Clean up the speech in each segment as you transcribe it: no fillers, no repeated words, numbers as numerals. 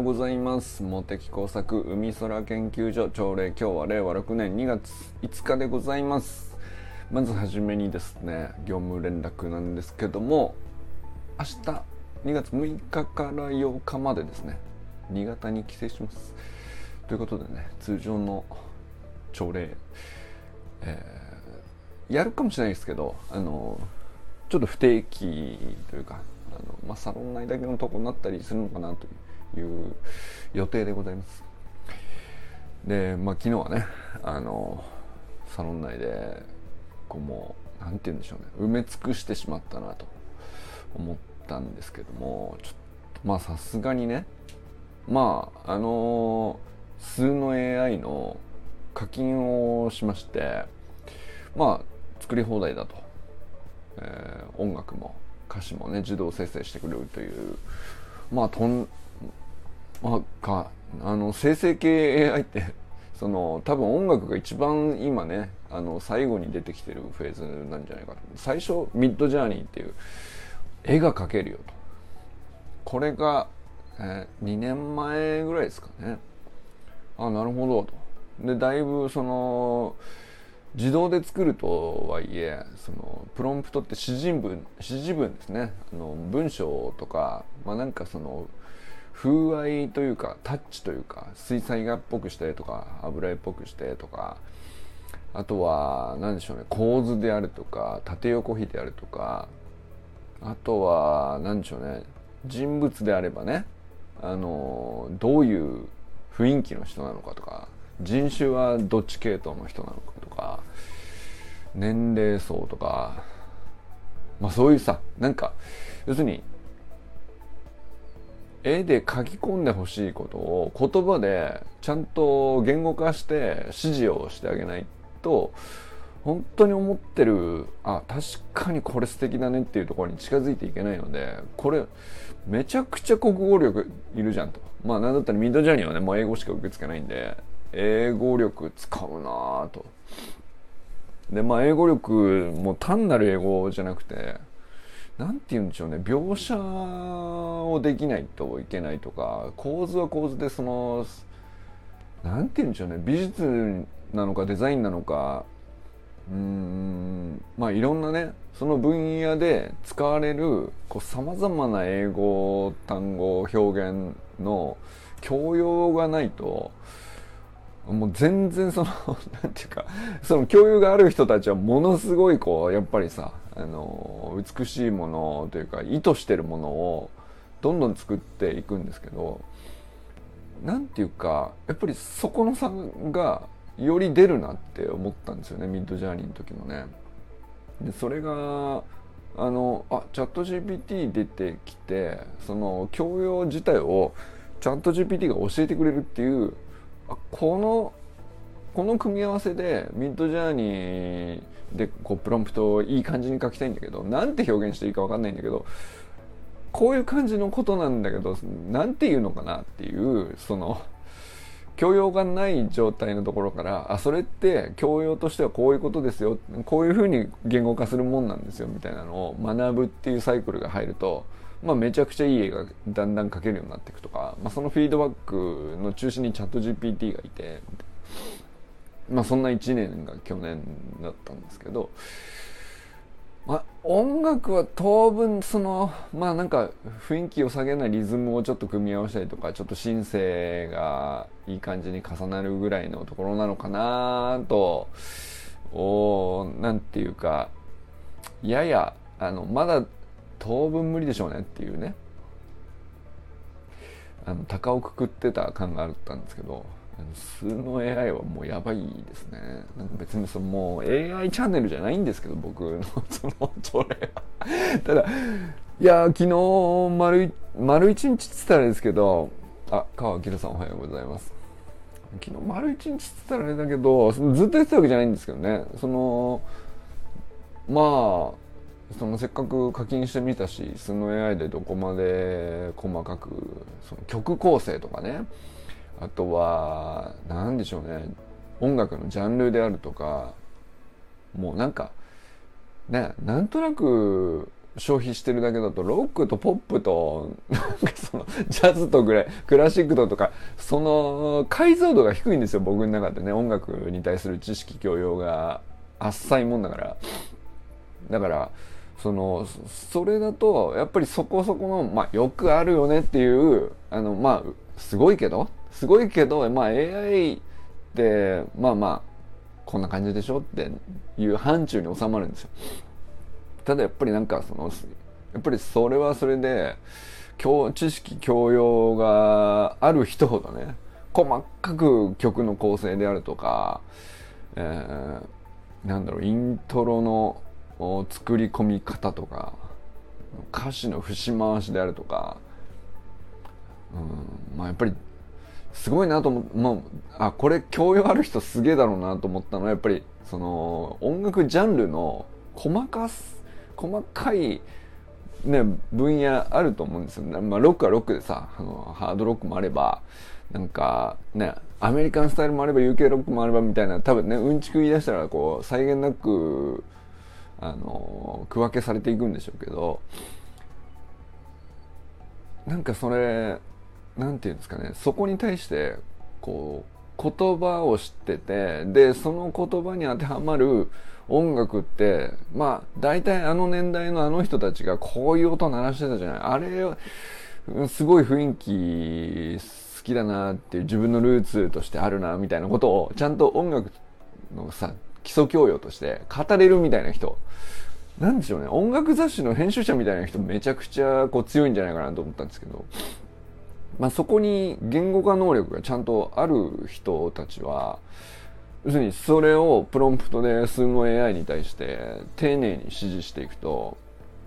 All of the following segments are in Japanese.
ございます。茂木工作海空研究所朝礼、今日は令和6年2月5日でございます。まずはじめにですね、業務連絡なんですけども、明日2月6日から8日までですね、新潟に帰省します。ということでね、通常の朝礼、やるかもしれないですけど、ちょっと不定期というか、サロン内だけのとこになったりするのかなという予定でございます。で、昨日はね、サロン内でもうなんて言うんでしょうね、埋め尽くしてしまったなと思ったんですけども、ちょっとさすがにね、数の AI の課金をしまして、作り放題だと、音楽も歌詞もね自動生成してくれるという、生成系 AI って多分音楽が一番今ね最後に出てきてるフェーズなんじゃないかと。最初ミッドジャーニーっていう絵が描けるよと、これが、2年前ぐらいですかね。なるほどと。でだいぶ自動で作るとはいえ、プロンプトって指示文ですね。文章とか、風合いというかタッチというか、水彩画っぽくしてとか油絵っぽくしてとか、あとは何でしょうね、構図であるとか縦横比であるとか、あとは何でしょうね、人物であればね、どういう雰囲気の人なのかとか、人種はどっち系統の人なのかとか、年齢層とか、そういうさ、要するに絵で書き込んでほしいことを言葉でちゃんと言語化して指示をしてあげないと、本当に思ってる確かにこれ素敵だねっていうところに近づいていけないので、これめちゃくちゃ国語力いるじゃんと。なんだったらミッドジャーニーはね、もう英語しか受け付けないんで、英語力使うなぁと。で英語力も単なる英語じゃなくて、なんて言うんでしょうね、描写をできないといけないとか、構図は構図でなんて言うんでしょうね、美術なのかデザインなのか、いろんなね、その分野で使われる様々な英語単語表現の教養がないと、もう全然なんていうか、教養がある人たちはものすごいやっぱりさ、美しいものというか意図してるものをどんどん作っていくんですけど、なんていうかやっぱりそこの差がより出るなって思ったんですよね、ミッドジャーニーの時もね。でそれがチャット GPT 出てきて、教養自体をチャット GPT が教えてくれるっていう、この組み合わせでミッドジャーニーでプロンプトをいい感じに書きたいんだけど、なんて表現していいか分かんないんだけど、こういう感じのことなんだけどなんて言うのかなっていう、教養がない状態のところから、それって教養としてはこういうことですよ、こういうふうに言語化するもんなんですよみたいなのを学ぶっていうサイクルが入ると、めちゃくちゃいい絵がだんだん描けるようになっていくとか、そのフィードバックの中心にチャット GPT がいて、そんな1年が去年だったんですけど、音楽は当分雰囲気を下げないリズムをちょっと組み合わせたりとか、ちょっとシンセがいい感じに重なるぐらいのところなのかなと、なんていうか、ややまだ当分無理でしょうねっていうね、鷹をくくってた感があったんですけど、数の AI はもうやばいですね。別にもう AI チャンネルじゃないんですけど、僕のそれはただ、いや昨日丸一日って言ったらあれですけど、川明さんおはようございます。昨日丸一日って言ったらあれだけど、ずっとやってたわけじゃないんですけどね。せっかく課金してみたし、その AI でどこまで細かく曲構成とかね、あとは何でしょうね、音楽のジャンルであるとか、もうなんとなく消費してるだけだとロックとポップとなんかそのジャズとぐらいクラシックとかその解像度が低いんですよ、僕の中でね。音楽に対する知識教養が浅いもんだから。だからそれだとやっぱりそこそこの、まあ、よくあるよねっていうまあすごいけど、まあ、AI ってまあまあこんな感じでしょっていう範疇に収まるんですよ。ただやっぱりなんかやっぱりそれはそれで知識教養がある人ほどね、細かく曲の構成であるとか、なんだろう、イントロの作り込み方とか歌詞の節回しであるとか、まあやっぱりすごいなと思って、まあ、これ教養ある人すげえだろうなと思ったのは、やっぱりその音楽ジャンルの細かいね分野あると思うんですよね。まあロックはロックでさ、ハードロックもあれば、なんかねアメリカンスタイルもあれば UK ロックもあればみたいな、多分ねうんちく言い出したらこう際限なく区分けされていくんでしょうけど、なんかそれなんていうんですかね、そこに対してこう言葉を知ってて、でその言葉に当てはまる音楽って、まあ大体あの年代のあの人たちがこういう音鳴らしてたじゃない、あれすごい雰囲気好きだなっていう、自分のルーツとしてあるなみたいなことをちゃんと音楽のさ基礎教養として語れるみたいな人なんでしょうね。音楽雑誌の編集者みたいな人めちゃくちゃこう強いんじゃないかなと思ったんですけど、まあ、そこに言語化能力がちゃんとある人たちは、要するにそれをプロンプトで数の AI に対して丁寧に指示していくと、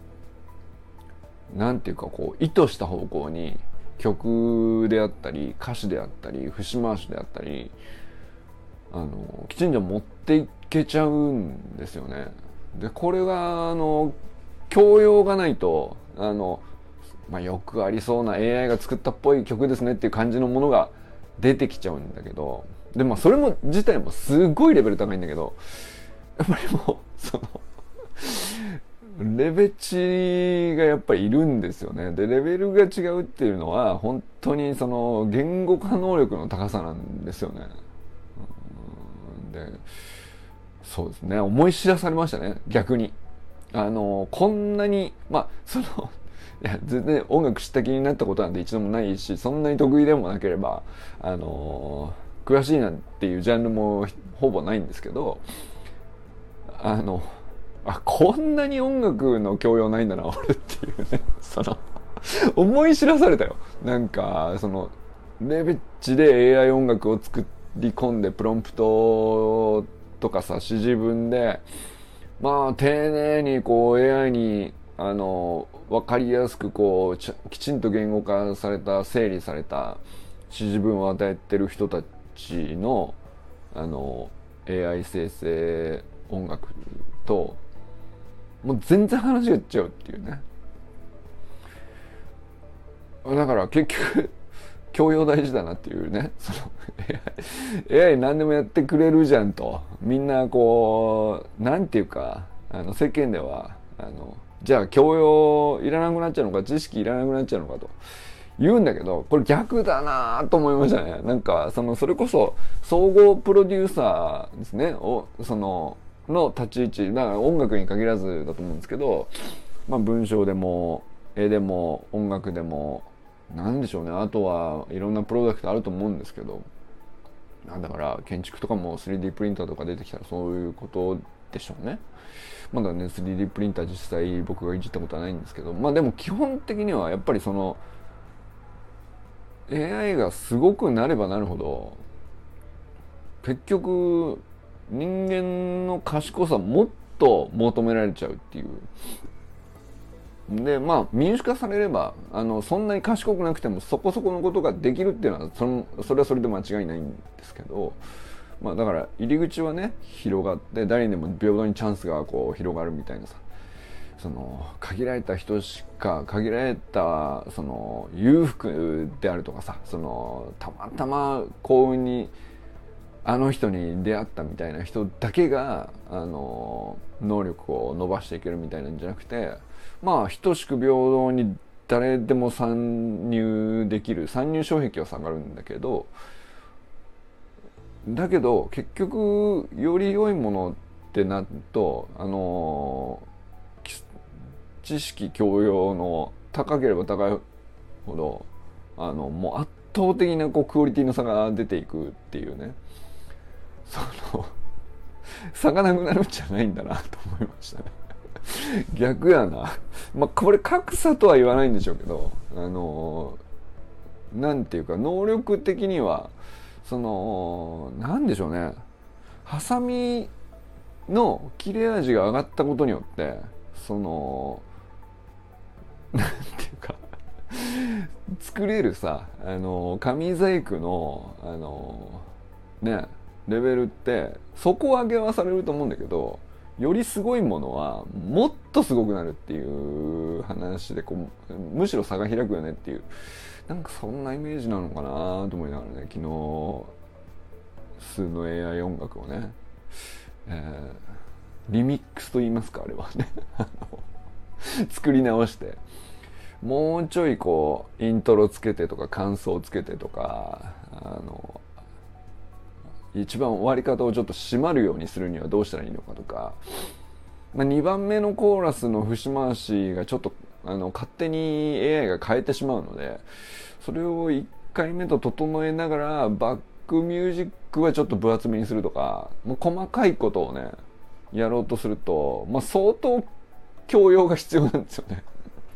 なんていうかこう意図した方向に曲であったり歌詞であったり節回しであったりきちんと持っていけちゃうんですよね。でこれが教養がないとまあ、よくありそうな AI が作ったっぽい曲ですねっていう感じのものが出てきちゃうんだけど、でまあそれも自体もすごいレベル高いんだけど、やっぱりもうそのレベチがやっぱりいるんですよね。でレベルが違うっていうのは本当にその言語化能力の高さなんですよね。でそうですね、思い知らされましたね、逆に。こんなにまあいや全然音楽知った気になったことなんて一度もないし、そんなに得意でもなければ詳しいなんていうジャンルもほぼないんですけど、こんなに音楽の教養ないんだな俺っていうね思い知らされたよ。なんかレベッジで AI 音楽を作り込んでプロンプトとかさ指示文でまあ丁寧にこう AI に分かりやすくこうきちんと言語化された整理された指示文を与えてる人たちのAI 生成音楽ともう全然話がいっちゃうっていうね。だから結局教養大事だなっていうね。AI 何でもやってくれるじゃんと、みんなこうなんていうか世間ではじゃあ教養いらなくなっちゃうのか知識いらなくなっちゃうのかと言うんだけど、これ逆だなと思いましたね。なんかそれこそ総合プロデューサーですねの立ち位置だから、音楽に限らずだと思うんですけど、まあ、文章でも絵でも音楽でもなんでしょうね、あとはいろんなプロダクトあると思うんですけど、だから建築とかも 3D プリンターとか出てきたらそういうことでしょうね。まだね 3D プリンター実際僕がいじったことはないんですけど、まあでも基本的にはやっぱりAI がすごくなればなるほど結局人間の賢さもっと求められちゃうっていう。でまあ民主化されればそんなに賢くなくてもそこそこのことができるっていうのはそれはそれで間違いないんですけど、まあだから入り口はね広がって誰にでも平等にチャンスがこう広がるみたいなさ、限られた人しか限られた裕福であるとかさ、たまたま幸運にあの人に出会ったみたいな人だけが能力を伸ばしていけるみたいなんじゃなくて、まあ等しく平等に誰でも参入できる、参入障壁は下がるんだけど結局より良いものってなると知識教養の高ければ高いほどもう圧倒的なこうクオリティの差が出ていくっていうね、差がなくなるんじゃないんだなと思いましたね。逆やな。まあこれ格差とは言わないんでしょうけど、なんていうか能力的にはなんでしょうね、ハサミの切れ味が上がったことによってなんていうか作れるさ紙細工のねレベルって底上げはされると思うんだけど、よりすごいものはもっとすごくなるっていう話でむしろ差が開くよねっていう、なんかそんなイメージなのかなと思いながらね、昨日数の AI 音楽をね、リミックスと言いますか、あれはね作り直してもうちょいこうイントロつけてとか感想つけてとか一番終わり方をちょっと締まるようにするにはどうしたらいいのかとか、2番目のコーラスの節回しがちょっと勝手に AI が変えてしまうので、それを1回目と整えながらバックミュージックはちょっと分厚めにするとか、もう細かいことをねやろうとすると、相当教養が必要なんですよね。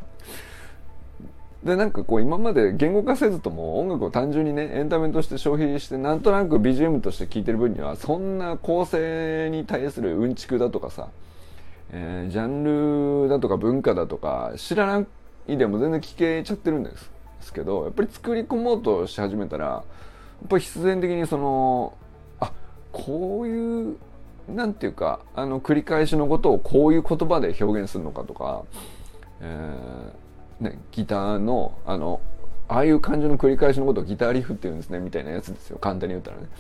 でなんかこう今まで言語化せずとも音楽を単純にねエンタメとして消費してなんとなく BGM として聴いてる分にはそんな構成に対するうんちくだとかさ、ジャンルだとか文化だとか知らないでも全然聞けちゃってるんですけど、やっぱり作り込もうとし始めたらやっぱり必然的にこういうなんていうか繰り返しのことをこういう言葉で表現するのかとか、ギターのああいう感じの繰り返しのことをギターリフって言うんですねみたいなやつですよ、簡単に言ったらね。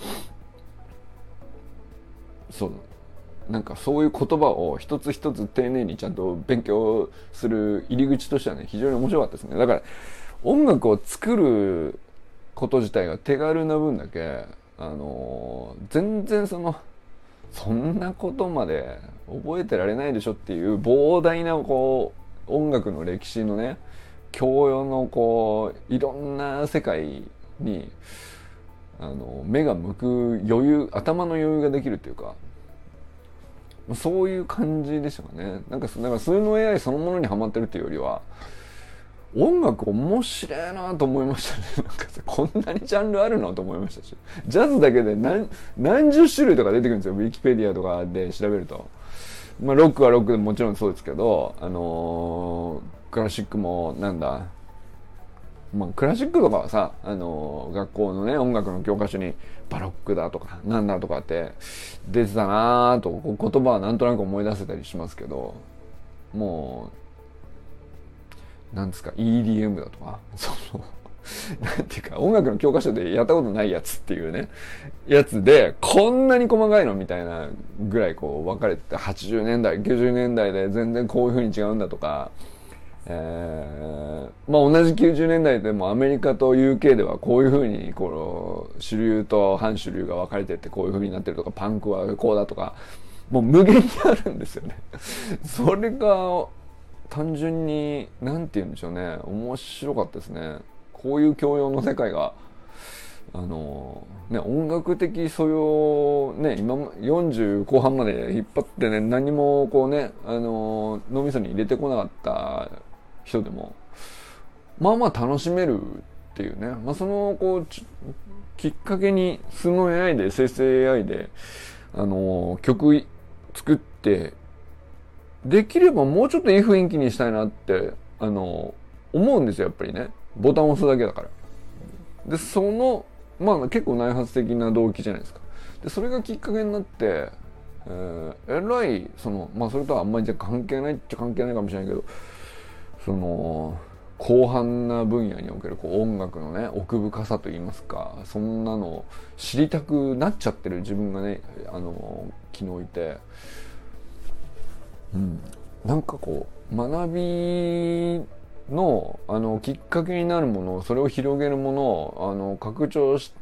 なんかそういう言葉を一つ一つ丁寧にちゃんと勉強する入り口としてはね非常に面白かったですね。だから音楽を作ること自体が手軽な分だけ全然そんなことまで覚えてられないでしょっていう膨大な音楽の歴史のね教養のいろんな世界に目が向く余裕、頭の余裕ができるっていうか、そういう感じでしたかね。なんか数の AI そのものにハマってるっていうよりは音楽面白いなと思いましたね。なんかこんなにジャンルあるのと思いましたし、ジャズだけで何十種類とか出てくるんですよ、ウィキペディアとかで調べると。ロックはロックでもちろんそうですけど、クラシックもクラシックとかはさ、学校のね音楽の教科書にバロックだとかなんだとかって出てたなぁと言葉はなんとなく思い出せたりしますけど、もうなんですか EDM だとかなんていうか音楽の教科書でやったことないやつっていうねやつでこんなに細かいのみたいなぐらい分かれてて、80年代90年代で全然こういう風に違うんだとか、同じ90年代でもアメリカと UK ではこういう風に主流と反主流が分かれてってこういう風になってるとか、パンクはこうだとかもう無限にあるんですよね。それが単純になんて言うんでしょうね、面白かったですね。こういう教養の世界が音楽的素養ね、今40後半まで引っ張ってね何も脳みそに入れてこなかった人でも楽しめるっていうね、そのきっかけに素の AI で生成 AI で曲作ってできればもうちょっといい雰囲気にしたいなって思うんですよ、やっぱりね。ボタンを押すだけだから。で結構内発的な動機じゃないですか。でそれがきっかけになって、えらいそれとはあんまり関係ないっちゃ関係ないかもしれないけど広範な分野におけるこう音楽のね奥深さといいますか、そんなのを知りたくなっちゃってる自分がね昨日いて、なんかこう学びのきっかけになるもの、それを広げるものを拡張して、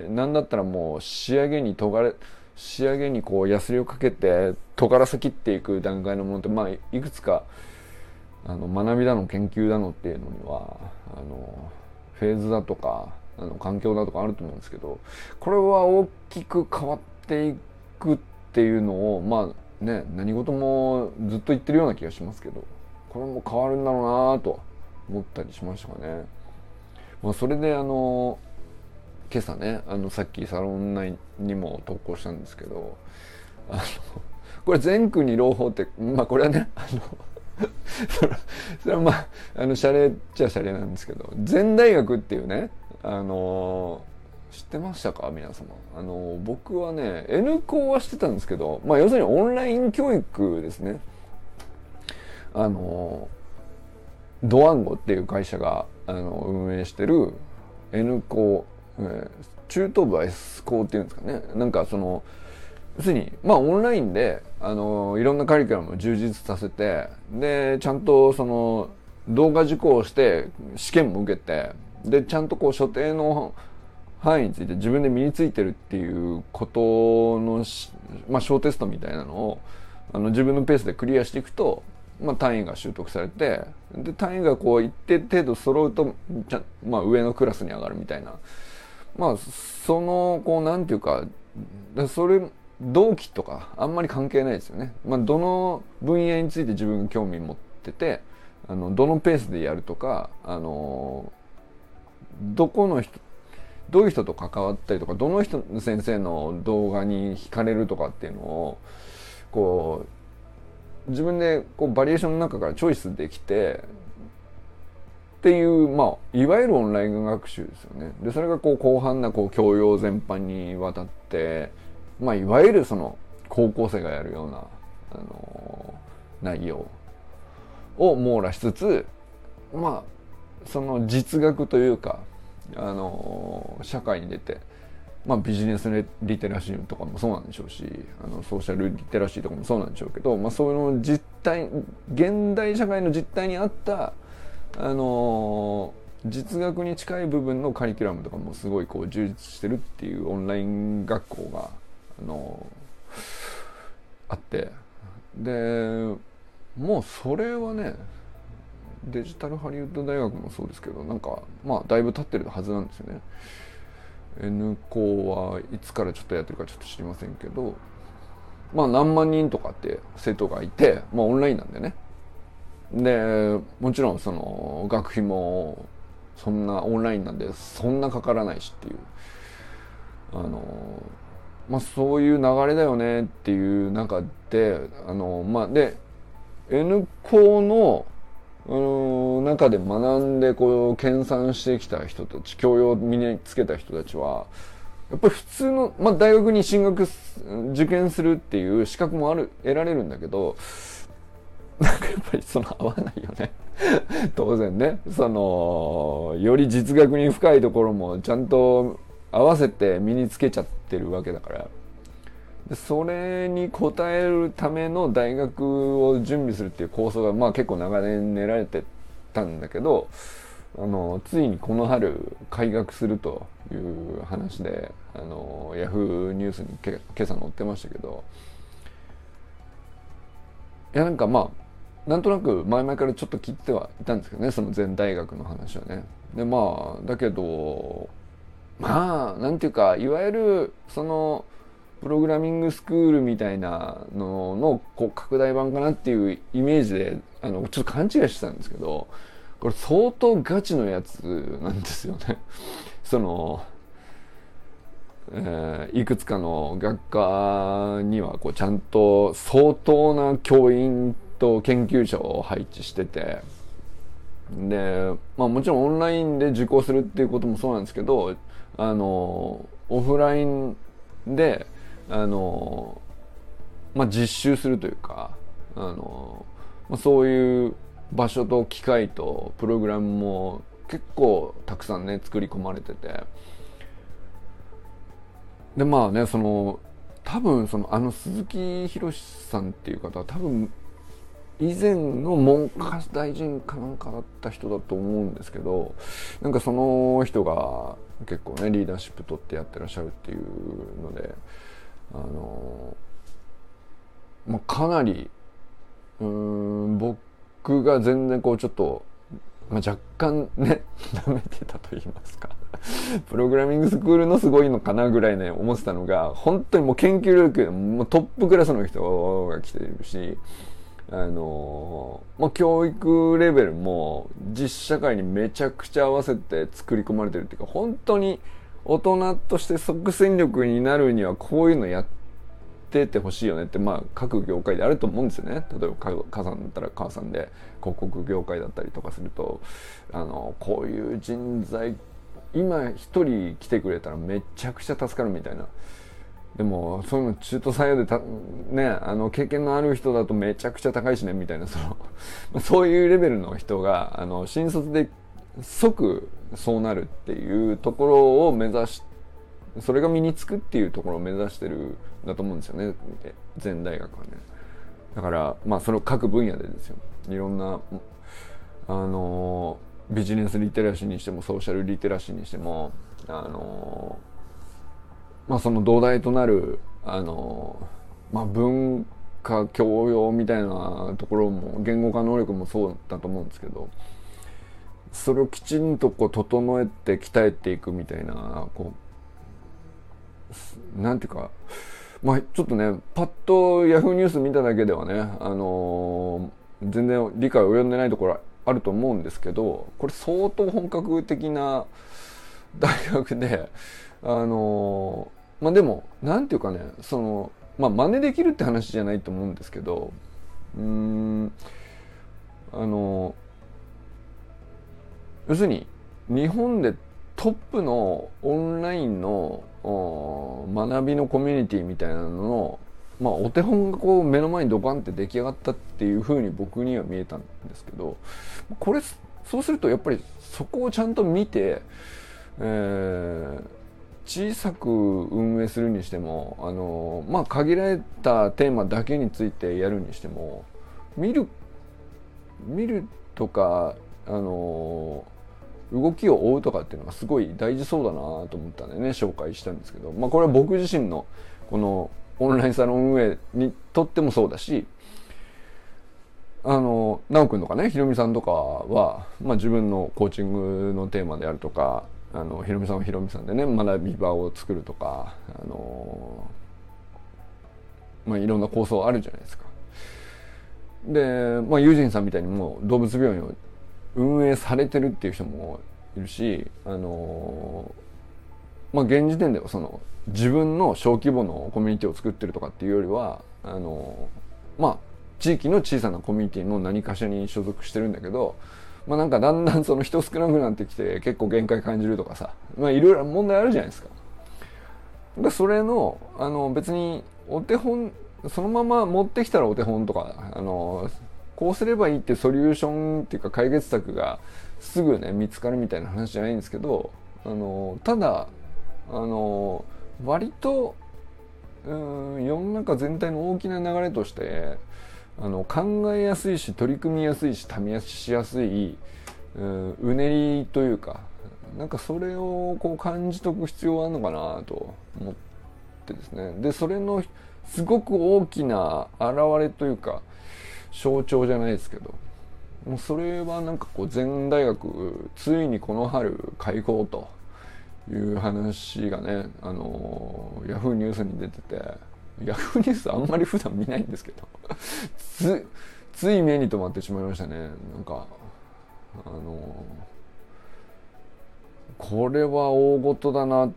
なんだったらもう仕上げにこうヤスリをかけて尖らせ切っていく段階のものって、まあいくつか学びだの研究だのっていうのにはフェーズだとか環境だとかあると思うんですけど、これは大きく変わっていくっていうのをまあね、何事もずっと言ってるような気がしますけど、これも変わるんだろうなと思ったりしましたかね。まあ、それで今朝ねさっきサロン内にも投稿したんですけど、これ全国朗報って、まあこれはねそれはまあシャレっちゃシャレなんですけど、全大学っていうね知ってましたか皆様。僕はね N 校は知ってたんですけど、まあ要するにオンライン教育ですね。ドワンゴっていう会社が運営してる N 校、中等部は S 校っていうんですかね。なんかその要するにまあオンラインでいろんなカリキュラムを充実させて、でちゃんとその動画受講して試験も受けて、でちゃんとこう所定の範囲について自分で身についてるっていうことのまあ小テストみたいなのを自分のペースでクリアしていくと、まあ、単位が習得されて、で単位がこう一定程度揃うとまあ、上のクラスに上がるみたいな、まあそのこうなんていうか、それ同期とかあんまり関係ないですよね。まあ、どの分野について自分が興味持っててどのペースでやるとかどういう人と関わったりとか、どの人の先生の動画に惹かれるとかっていうのをこう自分でこうバリエーションの中からチョイスできてっていう、まあいわゆるオンライン学習ですよね。でそれがこう広範なこう教養全般にわたって、まあいわゆるその高校生がやるような内容を網羅しつつ、まあその実学というか社会に出て、まあ、ビジネスリテラシーとかもそうなんでしょうしソーシャルリテラシーとかもそうなんでしょうけど、まあ、そういうの実態、現代社会の実態に合った実学に近い部分のカリキュラムとかもすごいこう充実してるっていうオンライン学校があって、でもうそれはねデジタルハリウッド大学もそうですけど、なんかまあだいぶ経ってるはずなんですよね。N 校はいつからちょっとやってるかちょっと知りませんけど、まあ何万人とかって生徒がいて、まあオンラインなんでね。でもちろんその学費もそんなオンラインなんでそんなかからないしっていうまあそういう流れだよねっていう中でまあで N 校の中で学んでこう研鑽してきた人たち、教養を身につけた人たちはやっぱり普通の、まあ、大学に受験するっていう資格も得られるんだけど、なんかやっぱりその合わないよね当然ね、そのより実学に深いところもちゃんと合わせて身につけちゃってるわけだから、でそれに応えるための大学を準備するっていう構想がまあ結構長年練られてたんだけど、ついにこの春開学するという話でヤフーニュースに今朝載ってましたけど、いやなんかまあなんとなく前々からちょっと聞いてはいたんですけどね、その全大学の話はね。でまあだけどまあなんていうか、いわゆるそのプログラミングスクールみたいなののこう拡大版かなっていうイメージでちょっと勘違いしてたんですけど、これ相当ガチのやつなんですよねその、いくつかの学科にはこうちゃんと相当な教員と研究者を配置してて、でまあもちろんオンラインで受講するっていうこともそうなんですけど、オフラインでまあ、実習するというかまあ、そういう場所と機械とプログラムも結構たくさんね作り込まれてて、でまあね多分鈴木宏さんっていう方は多分以前の文科大臣かなんかだった人だと思うんですけど、なんかその人が結構ねリーダーシップ取ってやってらっしゃるっていうので、かなり僕が全然こうちょっと、若干ね舐めてたと言いますかプログラミングスクールのすごいのかなぐらいね思ってたのが、本当にもう研究力でもうトップクラスの人が来ているし、教育レベルも実社会にめちゃくちゃ合わせて作り込まれてるっていうか、本当に大人として即戦力になるにはこういうのやってってほしいよねって、各業界であると思うんですよね。例えば母さんだったら母さんで、広告業界だったりとかするとこういう人材今一人来てくれたらめちゃくちゃ助かるみたいな。でもそういうの中途採用で経験のある人だとめちゃくちゃ高いしねみたいな、そういうレベルの人が新卒で即そうなるっていうところを目指し、それが身につくっていうところを目指してるんだと思うんですよね、全大学はね。だからそれを各分野でですよ、いろんなビジネスリテラシーにしてもソーシャルリテラシーにしてもその土台となる文化教養みたいなところも言語化能力もそうだと思うんですけど、それをきちんと整えて鍛えていくみたいななんていうか、ちょっとねパッとヤフーニュース見ただけではね全然理解及んでないところあると思うんですけど、これ相当本格的な大学ででもなんていうかね真似できるって話じゃないと思うんですけど、要するに日本でトップのオンラインの学びのコミュニティみたいなのの、お手本が目の前にドカンって出来上がったっていう風に僕には見えたんですけど、これそうするとやっぱりそこをちゃんと見て、小さく運営するにしても限られたテーマだけについてやるにしても見るとか動きを追うとかっていうのがすごい大事そうだなと思ったんでね紹介したんですけど、これは僕自身のこのオンラインサロン運営にとってもそうだし、直くんとかねひろみさんとかは、自分のコーチングのテーマであるとかひろみさんはひろみさんでね学び場を作るとかいろんな構想あるじゃないですか。でユージンさんみたいにもう動物病院を運営されてるっていう人もいるし現時点では自分の小規模のコミュニティを作ってるとかっていうよりは地域の小さなコミュニティの何かしらに所属してるんだけど、なんかだんだん人少なくなってきて結構限界感じるとかさ、いろいろ問題あるじゃないですか。それの別にお手本そのまま持ってきたらお手本とかこうすればいいってソリューションっていうか解決策がすぐね見つかるみたいな話じゃないんですけど、ただ割と世の中全体の大きな流れとして考えやすいし取り組みやすいし試しやすいうねりというか、なんかそれを感じとく必要があるのかなと思ってですね。でそれのすごく大きな現れというか象徴じゃないですけど、もうそれはなんか全大学ついにこの春開校という話がねヤフーニュースに出てて、ヤフーニュースあんまり普段見ないんですけどつい目に留まってしまいましたね。なんかこれは大事だなって、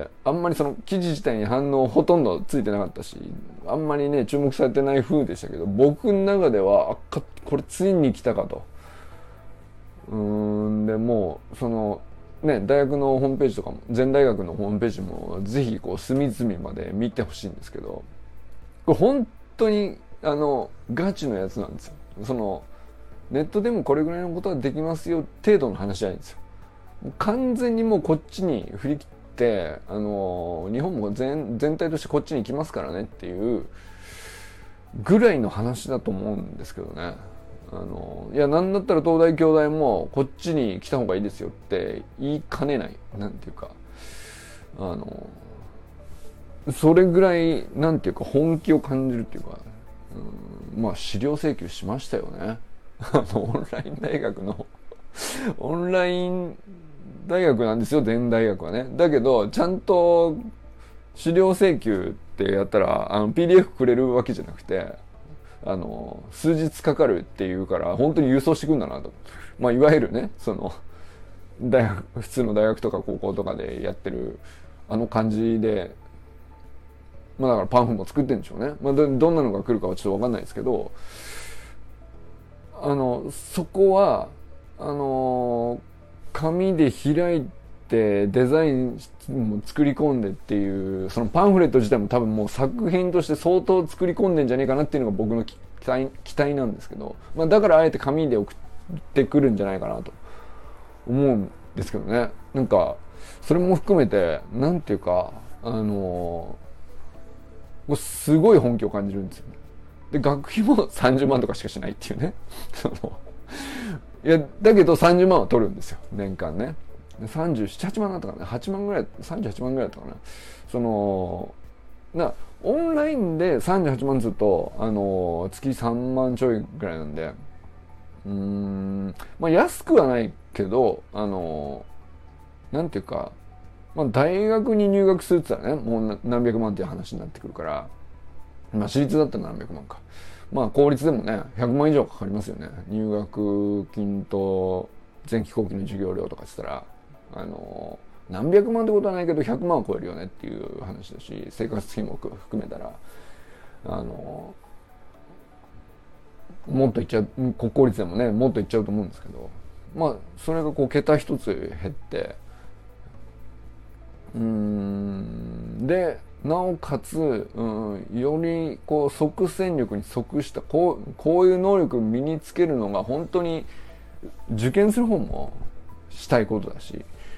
あんまりその記事自体に反応ほとんどついてなかったし、あんまりね注目されてない風でしたけど、僕の中ではこれついに来たかと。でもう大学のホームページとかも全大学のホームページもぜひ隅々まで見てほしいんですけど、これ本当にガチのやつなんですよ。 ネットでもこれぐらいのことはできますよ程度の話じゃないんですよ。完全にもうこっちに振り切って、日本も全体としてこっちに行きますからねっていうぐらいの話だと思うんですけどね。いや、なんだったら東大京大もこっちに来た方がいいですよって言いかねない、なんていうか、それぐらいなんていうか本気を感じるっていうか、まあ資料請求しましたよね。オンライン大学のオンライン大学なんですよ、全大学はね。だけどちゃんと資料請求ってやったらPDF くれるわけじゃなくて、数日かかるっていうから本当に郵送してくんだなと。まあいわゆるね、その普通の大学とか高校とかでやってる感じで、まあだからパンフも作ってるんでしょうね。まあどんなのが来るかはちょっとわかんないですけど、そこは紙で開いてデザインも作り込んでっていう、そのパンフレット自体も多分もう作品として相当作り込んでんじゃねえかなっていうのが僕の期待なんですけど、まあだからあえて紙で送ってくるんじゃないかなと思うんですけどね。なんかそれも含めてなんていうかすごい本気を感じるんですよね。で学費も30万とかしかしないっていうね。いやだけど30万は取るんですよ、年間ね。37、8万だったかな、8万ぐらい、38万ぐらいだったかな。オンラインで38万ずっと月3万ちょいぐらいなんで、まあ安くはないけどなんていうか、まあ大学に入学するって言ったらね、もう何百万っていう話になってくるから、まあ私立だったら何百万か、まあ公立でもね100万以上かかりますよね。入学金と前期後期の授業料とかって言ったら何百万ってことはないけど100万は超えるよねっていう話だし、生活費も含めたらもっといっちゃう、国公立でもねもっといっちゃうと思うんですけど、まあそれがこう桁一つ減ってでなおかつ、よりこう即戦力に即したこういう能力を身につけるのが本当に受験する方もしたいことだし、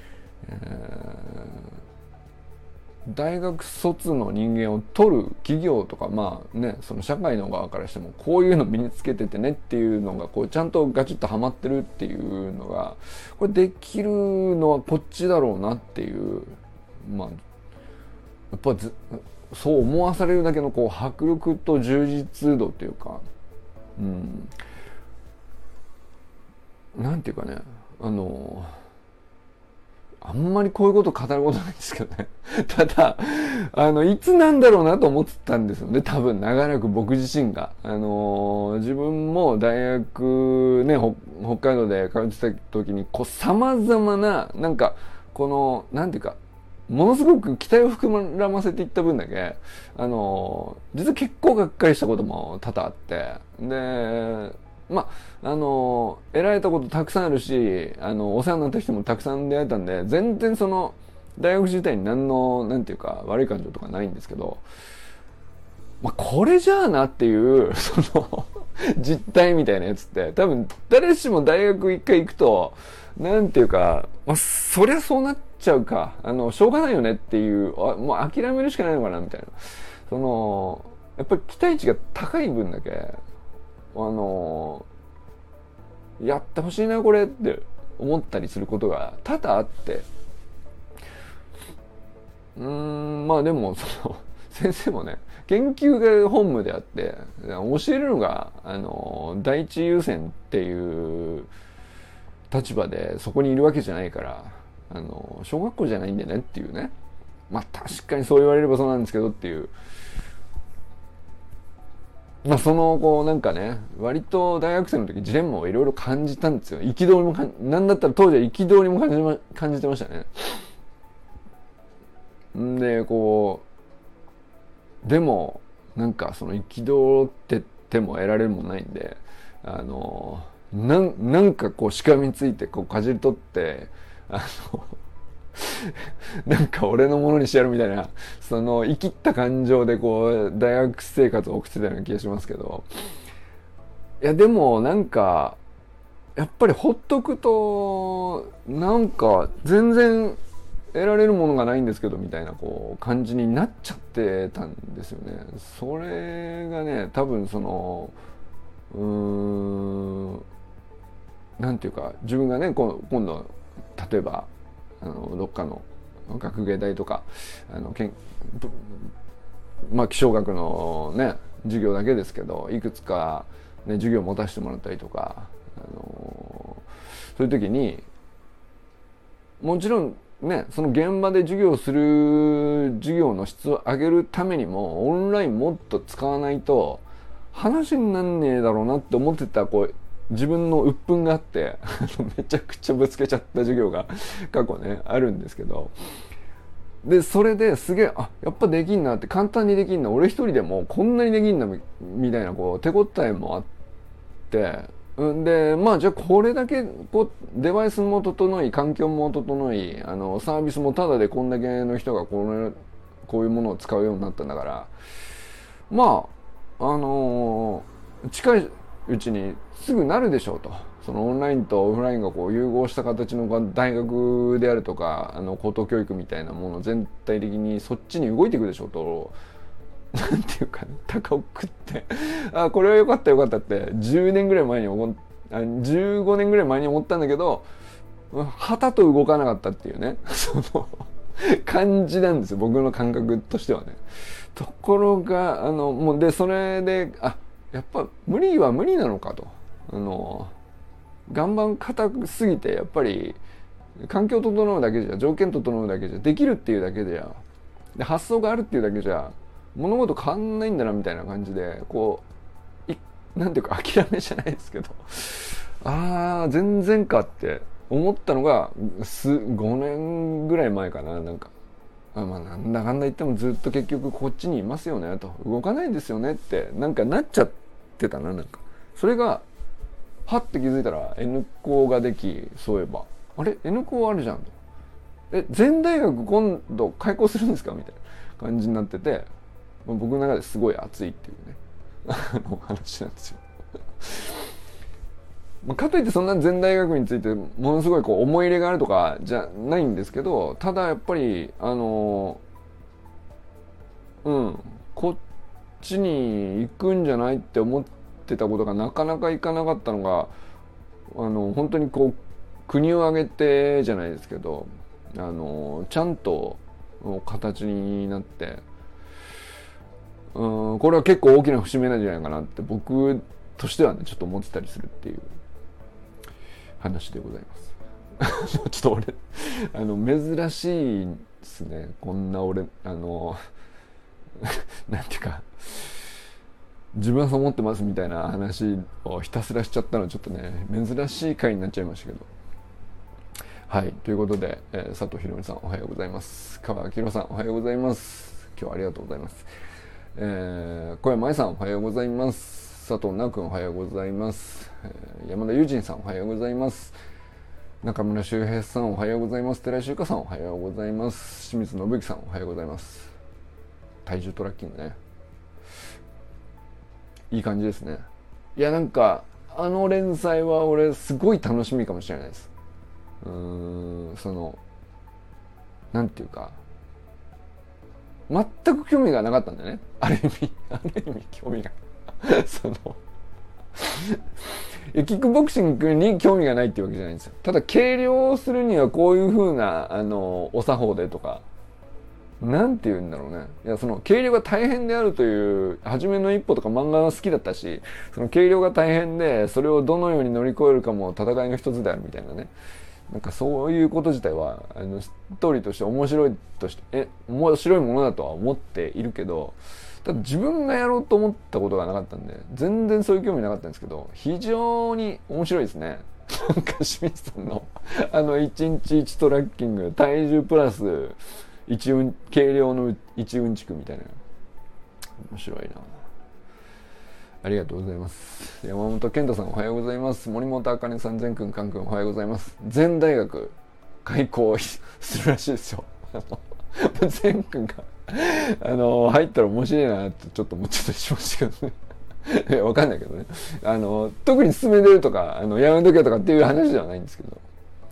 大学卒の人間を取る企業とか、まあね、その社会の側からしてもこういうの身につけててねっていうのがこうちゃんとガチッとはまってるっていうのがこれできるのはこっちだろうなっていう、まあやっぱそう思わされるだけのこう迫力と充実度っていうか、なんていうかね、あんまりこういうこと語ることないんですけどね。ただ、いつなんだろうなと思ってたんですよね。多分、長らく僕自身が。自分も大学ね、北海道で通ってた時に、こう、様々な、なんか、この、なんていうか、ものすごく期待を膨らませていった分だけ、実は結構がっかりしたことも多々あって、で、まあ、得られたことたくさんあるし、お世話になった人もたくさん出会えたんで、全然その、大学自体に何の、なんていうか、悪い感情とかないんですけど、まあ、これじゃあなっていう、その、実態みたいなやつって、多分、誰しも大学一回行くと、なんていうか、まあ、そりゃそうなっちゃうか、しょうがないよねっていう、もう諦めるしかないのかな、みたいな。その、やっぱり期待値が高い分だけ、やってほしいなこれって思ったりすることが多々あって、まあでもその先生もね研究が本務であって教えるのが第一優先っていう立場でそこにいるわけじゃないから小学校じゃないんだよねっていうね、まあ確かにそう言われればそうなんですけどっていう、まあそのこうなんかね割と大学生の時ジレンマをいろいろ感じたんですよ。憤りもなんだったら当時は憤りも感じてましたね。んでこうでもなんかその憤ってても得られるものないんでなんかこうしがみついてこうかじり取ってなんか俺のものにしてやるみたいなその生きった感情でこう大学生活を送ってたような気がしますけど、いやでもなんかやっぱりほっとくとなんか全然得られるものがないんですけどみたいなこう感じになっちゃってたんですよね。それがね多分そのなんていうか自分がね今度例えばどっかの学芸大とか気象学のね授業だけですけどいくつか、ね、授業を持たせてもらったりとか、そういう時にもちろんねその現場で授業する授業の質を上げるためにもオンラインもっと使わないと話になんねえだろうなって思ってたこう自分の鬱憤があってめちゃくちゃぶつけちゃった授業が過去ねあるんですけど、でそれですげえやっぱできんなって簡単にできんな俺一人でもこんなにできんなみたいなこう手応えもあって、でじゃあこれだけこうデバイスも整い環境も整いサービスもタダでこんだけの人がこういうものを使うようになったんだから近いうちにすぐなるでしょうと。そのオンラインとオフラインがこう融合した形の大学であるとか高等教育みたいなもの全体的にそっちに動いていくでしょうと、なんていうかね高を食ってこれは良かった良かったって10年ぐらい前に15年ぐらい前に思ったんだけど旗と動かなかったっていうねその感じなんですよ僕の感覚としてはね。ところがもうでそれでやっぱ無理は無理なのかと岩盤硬すぎてやっぱり環境整うだけじゃ条件整うだけじゃできるっていうだけで発想があるっていうだけじゃ物事変わんないんだなみたいな感じでこうなんていうか諦めじゃないですけど全然かって思ったのが5年ぐらい前かな。なんかなんだかんだ言ってもずっと結局こっちにいますよねと動かないですよねってなっちゃってたな。なんかそれがはって気づいたら N 校ができそういえばN 校あるじゃんと全大学今度開校するんですかみたいな感じになってて僕の中ですごい熱いっていうね話なんですよかといってそんな全大学についてものすごいこう思い入れがあるとかじゃないんですけど、ただやっぱりこっちに行くんじゃないって思ってたことがなかなかいかなかったのが本当にこう国を挙げてじゃないですけどちゃんと形になってこれは結構大きな節目なんじゃないかなって僕としてはねちょっと思ってたりするっていう話でございますちょっと俺珍しいですねこんな俺なんていうか自分はそう思ってますみたいな話をひたすらしちゃったのはちょっとね珍しい回になっちゃいましたけど、はいということで、佐藤ひろみさんおはようございます。川明宏さんおはようございます。今日はありがとうございます。小山愛さんおはようございます。佐藤直君おはようございます。山田友人さんおはようございます。中村修平さんおはようございます。寺井修香さんおはようございます。清水信之さんおはようございます。体重トラッキングねいい感じですね。いやなんか連載は俺すごい楽しみかもしれないです。なんていうか全く興味がなかったんだよねある意味興味がキックボクシングに興味がないっていうわけじゃないんですよ。ただ計量をするにはこういう風なお作法でとかなんて言うんだろうね。いやその計量が大変であるという初めの一歩とか漫画は好きだったしその計量が大変でそれをどのように乗り越えるかも戦いの一つであるみたいなね。なんかそういうこと自体はストーリーとして面白いものだとは思っているけどただ自分がやろうと思ったことがなかったんで全然そういう興味なかったんですけど非常に面白いですね。なんか清水さんの1日1トラッキング体重プラス計量の1うんちくみたいな面白いな。ありがとうございます。山本健太さんおはようございます。森本あかねさん、善くん、かんくんおはようございます。全大学開校するらしいですよ。善くんが入ったら面白いなってちょっと思っちゃったりしましたけどね。 わかんないけどね。特に進めてるとか、やめとけとかっていう話ではないんですけど。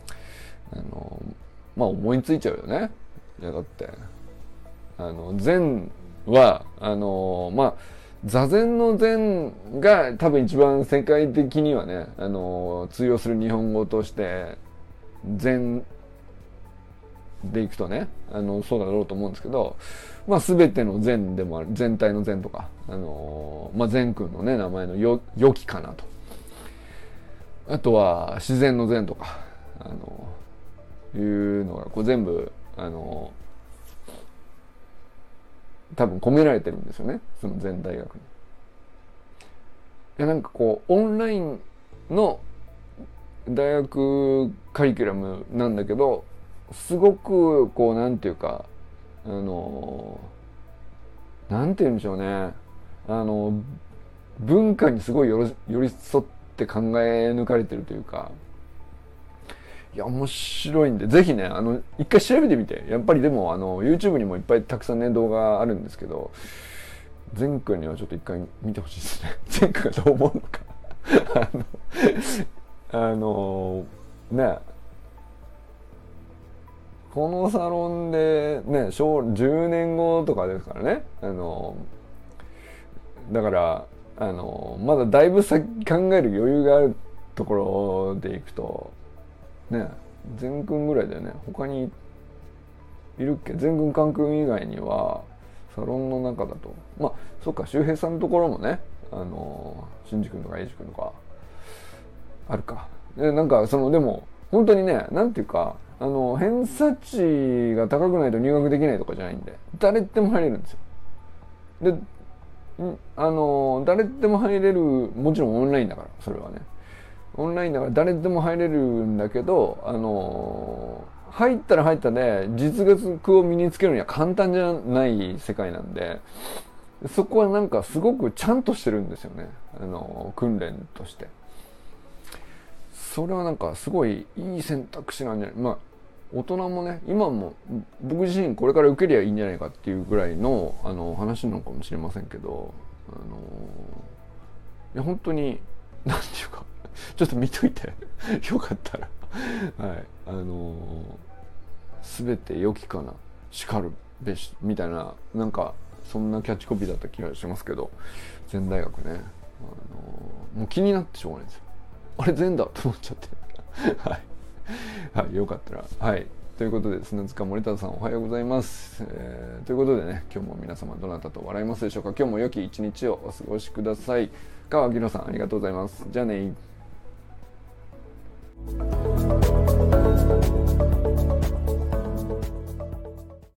まあ思いついちゃうよね。いやだって、禅は、まあ、座禅の禅が多分一番世界的にはね、通用する日本語として、禅でいくとね、そうだろうと思うんですけど、まあ全ての禅でもある、全体の禅とか、まあ禅君のね、名前のよきかなと。あとは自然の禅とか、いうのがこう全部、多分込められてるんですよね、その禅大学に。いやなんかこう、オンラインの大学カリキュラムなんだけど、すごくこうなんていうかなんて言うんでしょうね、文化にすごい寄り添って考え抜かれてるというか、いや面白いんでぜひね一回調べてみて。やっぱりでもYouTube にもいっぱいたくさんね動画あるんですけど、前君にはちょっと一回見てほしいですね。前君がどう思うのかね、このサロンでね、10年後とかですからね。だからまだだいぶ先考える余裕があるところでいくとね、全君ぐらいだよね。他にいるっけ？全君カン君以外にはサロンの中だと、まあそっか、周平さんのところもね、新次君とか英二君とかあるか。でなんかでも本当にね、なんていうか偏差値が高くないと入学できないとかじゃないんで、誰でも入れるんですよ。で誰でも入れる、もちろんオンラインだから、それはねオンラインだから誰でも入れるんだけど、入ったら入ったで実学を身につけるには簡単じゃない世界なんで、そこはなんかすごくちゃんとしてるんですよね、訓練として。それはなんかすごいいい選択肢なんじゃない。まあ大人もね、今も僕自身これから受けりゃいいんじゃないかっていうぐらいの話なのかもしれませんけど、いや本当になんていうかちょっと見といてよかったらはい全て良きかなしかるべしみたいな、なんかそんなキャッチコピーだった気がしますけど、禅大学ね、もう気になってしょうがないんですよ。あれ禅だと思っちゃってはい、はい、よかったら。はい、ということで砂塚森田さんおはようございます、ということでね、今日も皆様どなたと笑いますでしょうか。今日も良き一日をお過ごしください。川明さんありがとうございます。じゃあね。